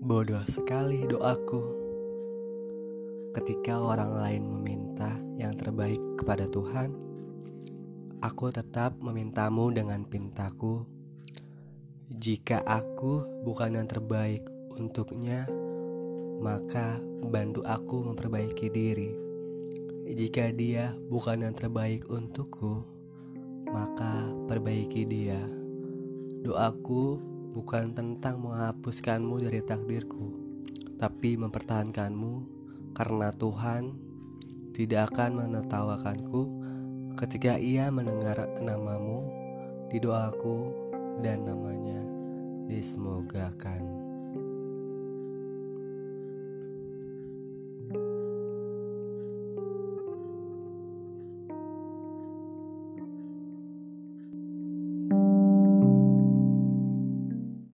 Bodoh sekali doaku ketika orang lain meminta yang terbaik kepada Tuhan. Aku tetap memintamu dengan pintaku. Jika aku bukan yang terbaik untuknya, maka bantu aku memperbaiki diri. Jika dia bukan yang terbaik untukku, maka perbaiki dia. Doaku bukan tentang menghapuskanmu dari takdirku, tapi mempertahankanmu, karena Tuhan tidak akan menertawakanku ketika Ia mendengar namamu di doaku dan namanya disemogakan.